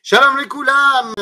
Shalom les koulam,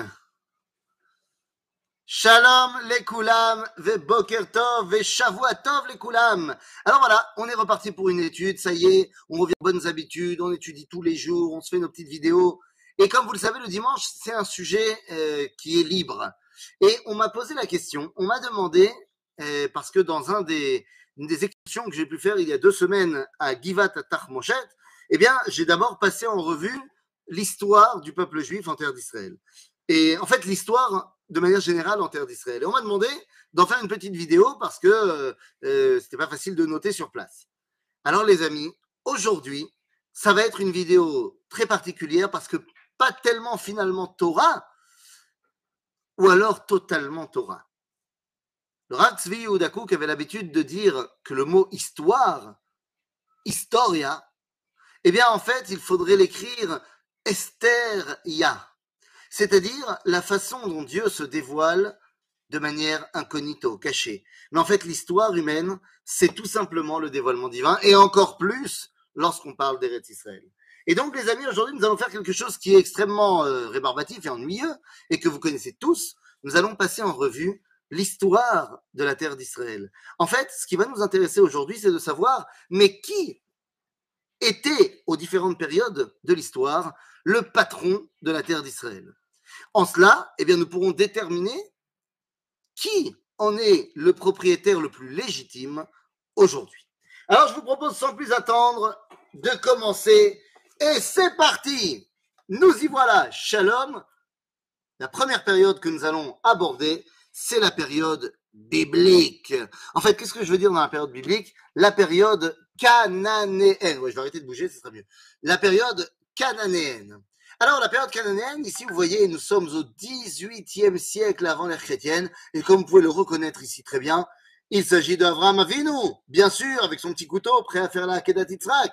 Shalom les koulam, ve boker tov, ve shavua tov les koulam. Alors voilà, on est reparti pour une étude, ça y est, on revient aux bonnes habitudes, on étudie tous les jours, on se fait nos petites vidéos. Et comme vous le savez, le dimanche, c'est un sujet qui est libre. Et on m'a posé la question, on m'a demandé, parce que dans une des excursions que j'ai pu faire il y a 2 semaines à Givat Tachmoshet, eh bien, j'ai d'abord passé en revue l'histoire du peuple juif en terre d'Israël. Et en fait, l'histoire, de manière générale, en terre d'Israël. Et on m'a demandé d'en faire une petite vidéo parce que c'était pas facile de noter sur place. Alors, les amis, aujourd'hui, ça va être une vidéo très particulière parce que pas tellement finalement Torah, ou alors totalement Torah. Le Rav Tzvi Yehuda Kook avait l'habitude de dire que le mot histoire, historia, eh bien, en fait, il faudrait l'écrire Esther-ya, c'est-à-dire la façon dont Dieu se dévoile de manière incognito, cachée. Mais en fait, l'histoire humaine, c'est tout simplement le dévoilement divin, et encore plus lorsqu'on parle d'Eretz Israël. Et donc, les amis, aujourd'hui, nous allons faire quelque chose qui est extrêmement rébarbatif et ennuyeux, et que vous connaissez tous. Nous allons passer en revue l'histoire de la terre d'Israël. En fait, ce qui va nous intéresser aujourd'hui, c'est de savoir, mais qui était, aux différentes périodes de l'histoire, le patron de la terre d'Israël. En cela, eh bien, nous pourrons déterminer qui en est le propriétaire le plus légitime aujourd'hui. Alors, je vous propose sans plus attendre de commencer. Et c'est parti! Nous y voilà, Shalom. La première période que nous allons aborder, c'est la période biblique. En fait, qu'est-ce que je veux dire dans la période biblique? La période cananéenne. Ouais, je vais arrêter de bouger, ce sera mieux. La période cananéenne. Alors, la période cananéenne, ici, vous voyez, nous sommes au 18e siècle avant l'ère chrétienne, et comme vous pouvez le reconnaître ici très bien, il s'agit d'Avraham Avinu, bien sûr, avec son petit couteau, prêt à faire la Akedat Yitzhak.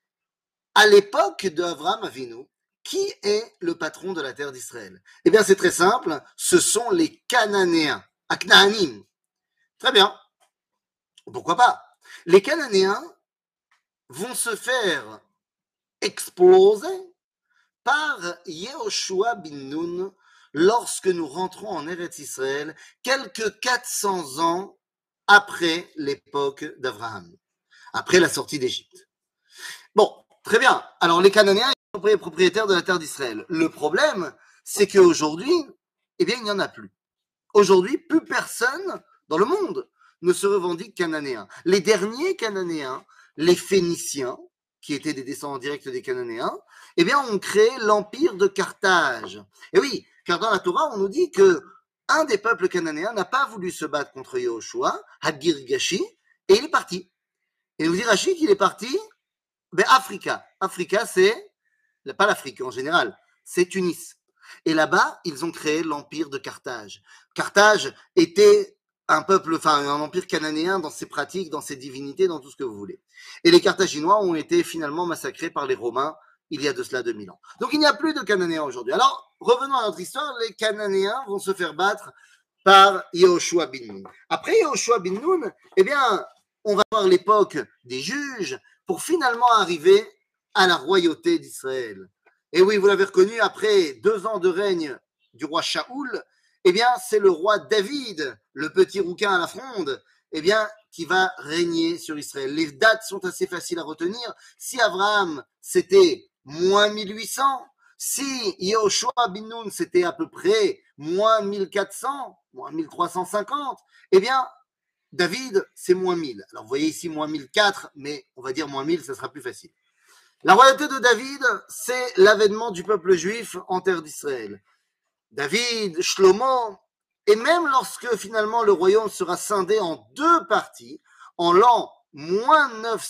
À l'époque d'Avraham Avinu, qui est le patron de la terre d'Israël? Eh bien, c'est très simple, ce sont les Cananéens, Aknaanim. Très bien, pourquoi pas? Les Cananéens vont se faire exploser par Yehoshua bin Nun lorsque nous rentrons en Eretz Israël, quelques 400 ans après l'époque d'Abraham, après la sortie d'Égypte. Bon, très bien. Alors, les Cananéens sont propriétaires de la terre d'Israël. Le problème, c'est qu'aujourd'hui, eh bien, il n'y en a plus. Aujourd'hui, plus personne dans le monde ne se revendique cananéen. Les derniers Cananéens, les Phéniciens, qui étaient des descendants directs des Cananéens, eh bien, ont créé l'empire de Carthage. Et oui, car dans la Torah, on nous dit que un des peuples cananéens n'a pas voulu se battre contre Yehoshua, Hagirgashi, et il est parti. Et nous dit Rachid qu'il est parti vers Africa. Africa, c'est pas l'Afrique en général, c'est Tunis. Et là-bas, ils ont créé l'empire de Carthage. Carthage était un peuple, enfin un empire cananéen dans ses pratiques, dans ses divinités, dans tout ce que vous voulez. Et les Carthaginois ont été finalement massacrés par les Romains il y a de cela 2000 ans. Donc il n'y a plus de Cananéens aujourd'hui. Alors, revenons à notre histoire, les Cananéens vont se faire battre par Yehoshua bin Nun. Après Yehoshua bin Nun, eh bien, on va voir l'époque des juges pour finalement arriver à la royauté d'Israël. Et oui, vous l'avez reconnu, après 2 ans de règne du roi Shaoul, eh bien, c'est le roi David, le petit rouquin à la fronde, eh bien, qui va régner sur Israël. Les dates sont assez faciles à retenir. Si Abraham, c'était moins 1800, si Yehoshua bin Nun, c'était à peu près moins 1400, moins 1350, eh bien, David, c'est moins 1000. Alors, vous voyez ici moins 1004, mais on va dire moins 1000, ça sera plus facile. La royauté de David, c'est l'avènement du peuple juif en terre d'Israël. David, Shlomo, et même lorsque finalement le royaume sera scindé en 2 parties, en l'an moins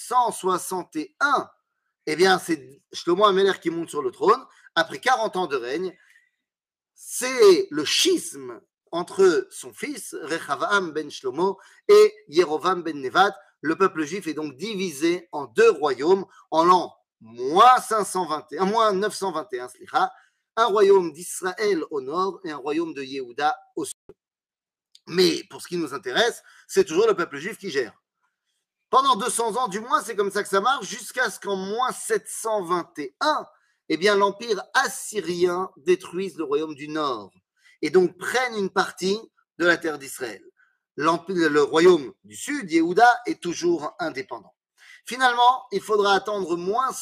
961, eh bien c'est Shlomo Améler qui monte sur le trône, après 40 ans de règne, c'est le schisme entre son fils, Rechavam ben Shlomo, et Yerovam ben Nevat. Le peuple juif est donc divisé en 2 royaumes, en l'an moins 921, un royaume d'Israël au nord et un royaume de Yehuda au sud. Mais pour ce qui nous intéresse, c'est toujours le peuple juif qui gère. Pendant 200 ans, du moins, c'est comme ça que ça marche, jusqu'à ce qu'en moins 721, eh bien l'empire assyrien détruise le royaume du nord et donc prennent une partie de la terre d'Israël. Le royaume du sud, Yehuda, est toujours indépendant. Finalement, il faudra attendre moins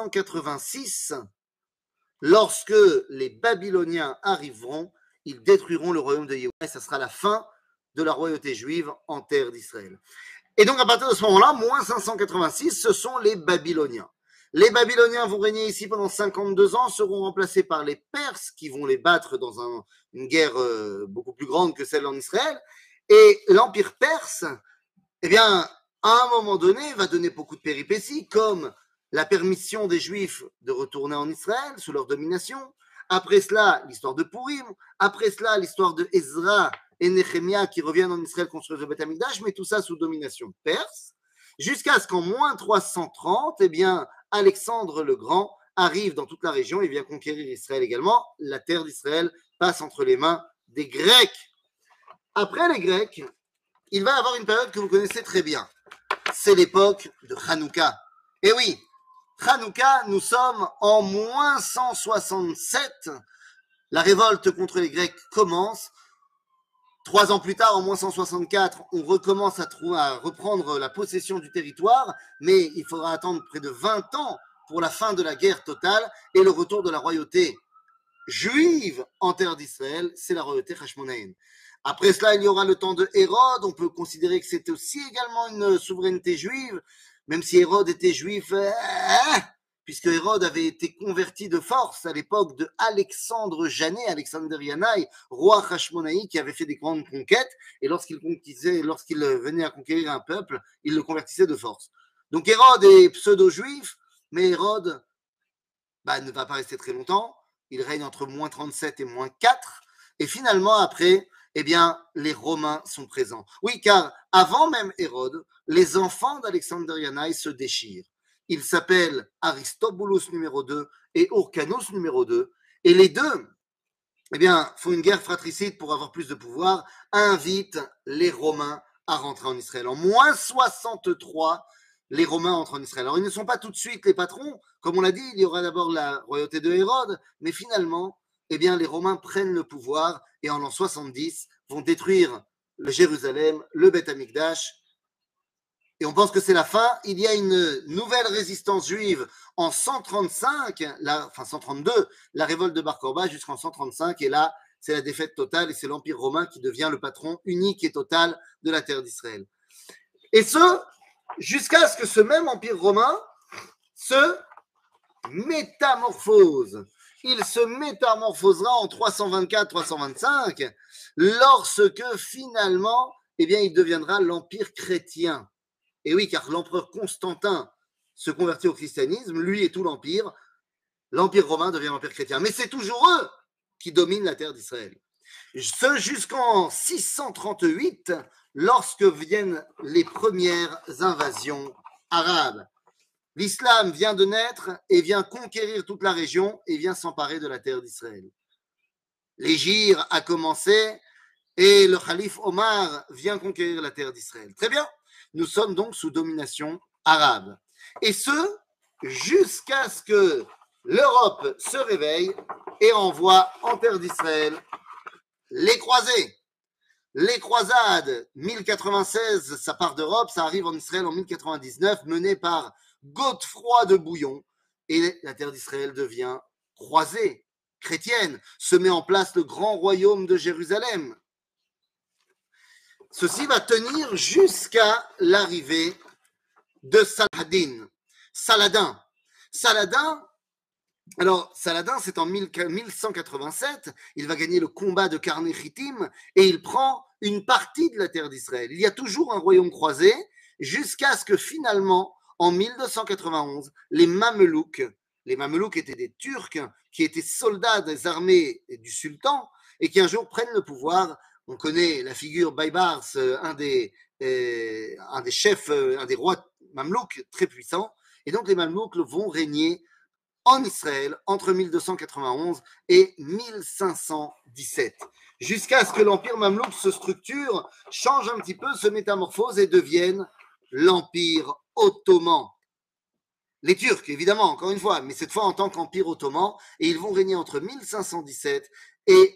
586 lorsque les Babyloniens arriveront, ils détruiront le royaume de Yehuda et ça sera la fin de la royauté juive en terre d'Israël. Et donc à partir de ce moment-là, moins 586, ce sont les Babyloniens. Les Babyloniens vont régner ici pendant 52 ans, seront remplacés par les Perses qui vont les battre dans une guerre beaucoup plus grande que celle en Israël. Et l'empire perse, eh bien, à un moment donné, va donner beaucoup de péripéties, comme la permission des Juifs de retourner en Israël sous leur domination. Après cela, l'histoire de Purim. Après cela, l'histoire de Ezra et Nehemia qui reviennent en Israël construire le Beth Amikdash, mais tout ça sous domination perse. Jusqu'à ce qu'en moins 330, eh bien, Alexandre le Grand arrive dans toute la région et vient conquérir Israël également. La terre d'Israël passe entre les mains des Grecs. Après les Grecs, il va y avoir une période que vous connaissez très bien. C'est l'époque de Hanouka. Et oui, Hanouka, nous sommes en moins 167. La révolte contre les Grecs commence. 3 ans plus tard, en moins 164, on recommence à reprendre la possession du territoire, mais il faudra attendre près de 20 ans pour la fin de la guerre totale et le retour de la royauté juive en terre d'Israël, c'est la royauté Hashmonaïne. Après cela, il y aura le temps de Hérode. On peut considérer que c'était aussi également une souveraineté juive, même si Hérode était juif, puisque Hérode avait été converti de force à l'époque de Alexandre Janet, Alexander Yanaï, roi Hashmonaï, qui avait fait des grandes conquêtes, et lorsqu'il venait à conquérir un peuple, il le convertissait de force. Donc Hérode est pseudo-juif, mais Hérode ne va pas rester très longtemps. Il règne entre moins 37 et moins 4, et finalement après, eh bien, les Romains sont présents. Oui, car avant même Hérode, les enfants d'Alexander Yanaï se déchirent. Ils s'appellent Aristobulus numéro 2 et Hyrcanus numéro 2. Et les deux, eh bien, font une guerre fratricide pour avoir plus de pouvoir, invitent les Romains à rentrer en Israël. En moins 63, les Romains entrent en Israël. Alors, ils ne sont pas tout de suite les patrons. Comme on l'a dit, il y aura d'abord la royauté de Hérode, mais finalement, eh bien, les Romains prennent le pouvoir et en l'an 70 vont détruire le Jérusalem, le Beth Amikdash. Et on pense que c'est la fin. Il y a une nouvelle résistance juive en 135, 132, la révolte de Bar Korba jusqu'en 135. Et là, c'est la défaite totale et c'est l'Empire romain qui devient le patron unique et total de la terre d'Israël. Et ce, jusqu'à ce que ce même Empire romain se métamorphose. Il se métamorphosera en 324-325 lorsque finalement, eh bien, il deviendra l'Empire chrétien. Et oui, car l'empereur Constantin se convertit au christianisme, lui et tout l'Empire. L'Empire romain devient l'Empire chrétien. Mais c'est toujours eux qui dominent la terre d'Israël. Ce jusqu'en 638, lorsque viennent les premières invasions arabes. L'islam vient de naître et vient conquérir toute la région et vient s'emparer de la terre d'Israël. L'Hégire a commencé et le calife Omar vient conquérir la terre d'Israël. Très bien, nous sommes donc sous domination arabe. Et ce, jusqu'à ce que l'Europe se réveille et envoie en terre d'Israël les croisés. Les croisades, 1096, ça part d'Europe, ça arrive en Israël en 1099, mené par Godefroy de Bouillon, et la terre d'Israël devient croisée, chrétienne, se met en place le grand royaume de Jérusalem. Ceci va tenir jusqu'à l'arrivée de Saladin. Saladin, c'est en 1187, il va gagner le combat de Karnéchitim et il prend une partie de la terre d'Israël. Il y a toujours un royaume croisé jusqu'à ce que finalement, en 1291, les Mamelouks étaient des Turcs qui étaient soldats des armées du sultan et qui un jour prennent le pouvoir. On connaît la figure Baybars, un des chefs, un des rois Mamelouks très puissants. Et donc les Mamelouks vont régner en Israël entre 1291 et 1517, jusqu'à ce que l'Empire Mamelouk se structure, change un petit peu, se métamorphose et devienne l'Empire ottoman. Les Turcs, évidemment, encore une fois, mais cette fois en tant qu'Empire ottoman, et ils vont régner entre 1517 et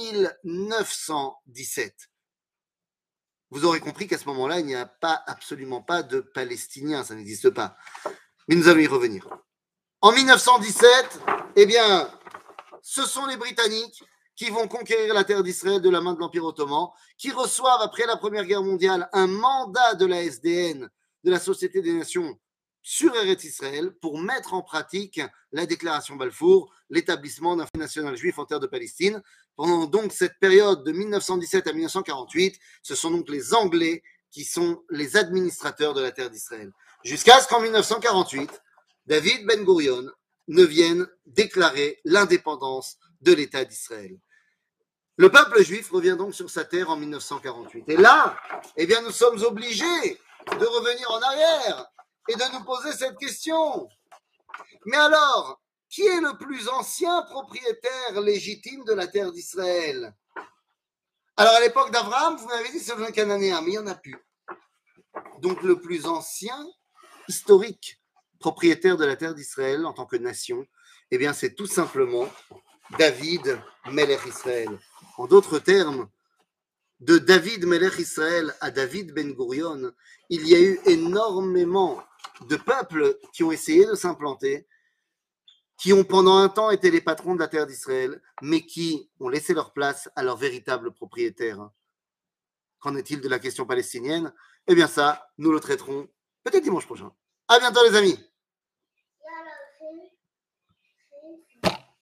1917. Vous aurez compris qu'à ce moment-là, il n'y a absolument pas de Palestiniens, ça n'existe pas. Mais nous allons y revenir. En 1917, eh bien, ce sont les Britanniques qui vont conquérir la terre d'Israël de la main de l'Empire ottoman, qui reçoivent, après la Première Guerre mondiale, un mandat de la SDN, de la Société des Nations, sur Eretz Israël, pour mettre en pratique la déclaration Balfour, l'établissement d'un fait national juif en terre de Palestine. Pendant donc cette période de 1917 à 1948, ce sont donc les Anglais qui sont les administrateurs de la terre d'Israël. Jusqu'à ce qu'en 1948, David Ben Gurion ne vienne déclarer l'indépendance de l'État d'Israël. Le peuple juif revient donc sur sa terre en 1948. Et là, eh bien, nous sommes obligés de revenir en arrière et de nous poser cette question. Mais alors, qui est le plus ancien propriétaire légitime de la terre d'Israël? Alors, à l'époque d'Abraham, vous m'avez dit que c'est un Cananéen, mais il n'y en a plus. Donc, le plus ancien historique propriétaire de la terre d'Israël en tant que nation, eh bien, c'est tout simplement David Melech Israël. En d'autres termes, de David Melech Israël à David Ben Gurion, il y a eu énormément de peuples qui ont essayé de s'implanter, qui ont pendant un temps été les patrons de la terre d'Israël, mais qui ont laissé leur place à leurs véritables propriétaires. Qu'en est-il de la question palestinienne? Eh bien ça, nous le traiterons peut-être dimanche prochain. À bientôt les amis.